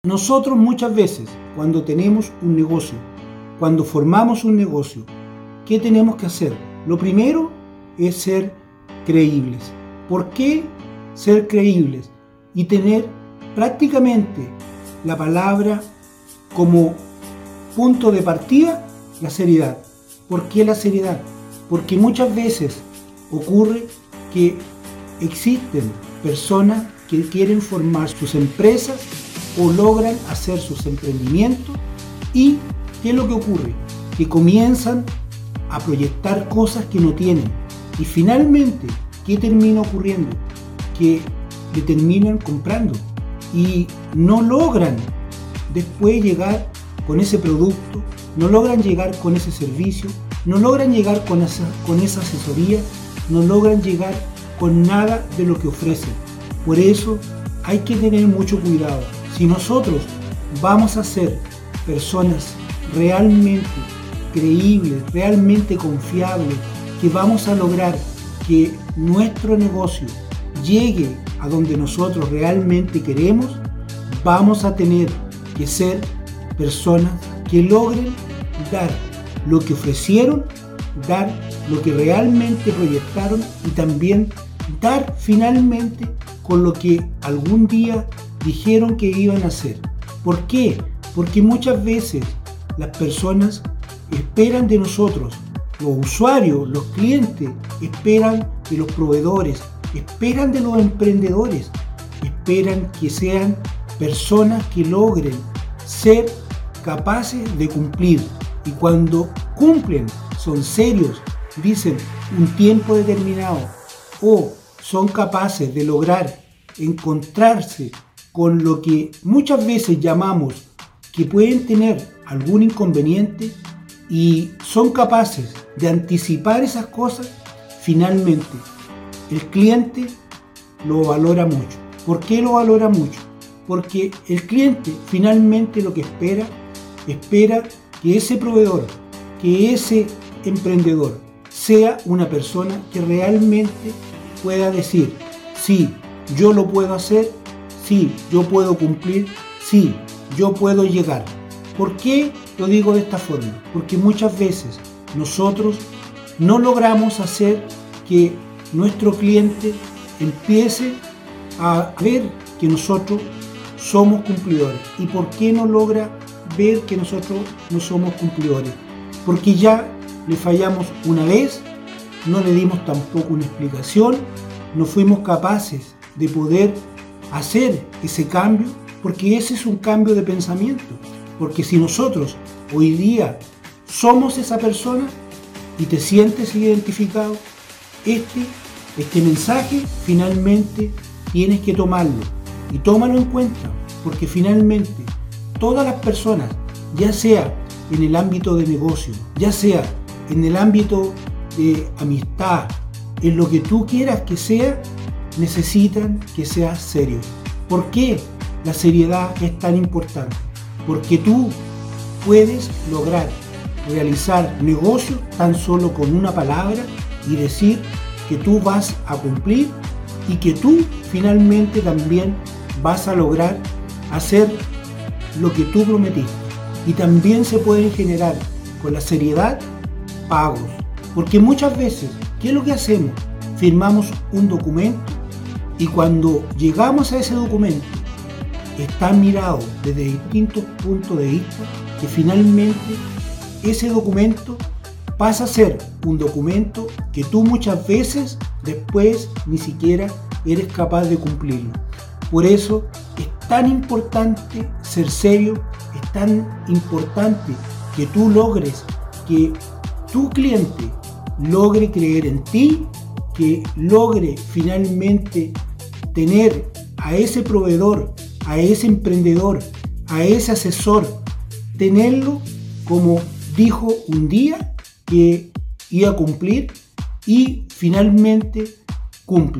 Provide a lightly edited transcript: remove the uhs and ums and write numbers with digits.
Nosotros muchas veces, cuando tenemos un negocio, cuando formamos un negocio, ¿qué tenemos que hacer? Lo primero es ser creíbles. ¿Por qué ser creíbles? Y tener prácticamente la palabra como punto de partida, la seriedad. ¿Por qué la seriedad? Porque muchas veces ocurre que existen personas que quieren formar sus empresas o logran hacer sus emprendimientos y ¿qué es lo que ocurre? Que comienzan a proyectar cosas que no tienen y finalmente, ¿qué termina ocurriendo? Que le terminan comprando y no logran después llegar con ese producto, no logran llegar con ese servicio, no logran llegar con esa asesoría, no logran llegar con nada de lo que ofrecen. Por eso hay que tener mucho cuidado. Si nosotros vamos a ser personas realmente creíbles, realmente confiables, que vamos a lograr que nuestro negocio llegue a donde nosotros realmente queremos, vamos a tener que ser personas que logren dar lo que ofrecieron, dar lo que realmente proyectaron y también dar finalmente con lo que algún día dijeron que iban a hacer. ¿Por qué? Porque muchas veces las personas esperan de nosotros, los usuarios, los clientes, esperan de los proveedores, esperan de los emprendedores, esperan que sean personas que logren ser capaces de cumplir. Y cuando cumplen, son serios, dicen un tiempo determinado o son capaces de lograr encontrarse con lo que muchas veces llamamos que pueden tener algún inconveniente y son capaces de anticipar esas cosas, finalmente el cliente lo valora mucho. ¿Por qué lo valora mucho? Porque el cliente finalmente lo que espera que ese proveedor, que ese emprendedor sea una persona que realmente pueda decir, sí, yo lo puedo hacer, sí, yo puedo cumplir, sí, yo puedo llegar. ¿Por qué lo digo de esta forma? Porque muchas veces nosotros no logramos hacer que nuestro cliente empiece a ver que nosotros somos cumplidores. ¿Y por qué no logra ver que nosotros no somos cumplidores? Porque ya le fallamos una vez, no le dimos tampoco una explicación, no fuimos capaces de poder hacer ese cambio, porque ese es un cambio de pensamiento. Porque si nosotros hoy día somos esa persona y te sientes identificado, este mensaje finalmente tienes que tomarlo y tómalo en cuenta, porque finalmente todas las personas, ya sea en el ámbito de negocio, ya sea en el ámbito de amistad, en lo que tú quieras que sea, necesitan que seas serio. ¿Por qué la seriedad es tan importante? Porque tú puedes lograr realizar negocios tan solo con una palabra y decir que tú vas a cumplir y que tú finalmente también vas a lograr hacer lo que tú prometiste. Y también se pueden generar con la seriedad pagos. Porque muchas veces, ¿qué es lo que hacemos? Firmamos un documento y cuando llegamos a ese documento está mirado desde distintos puntos de vista que finalmente ese documento pasa a ser un documento que tú muchas veces después ni siquiera eres capaz de cumplirlo. Por eso es tan importante ser serio, es tan importante que tú logres que tu cliente logre creer en ti, que logre finalmente tener a ese proveedor, a ese emprendedor, a ese asesor, tenerlo como dijo un día que iba a cumplir y finalmente cumple.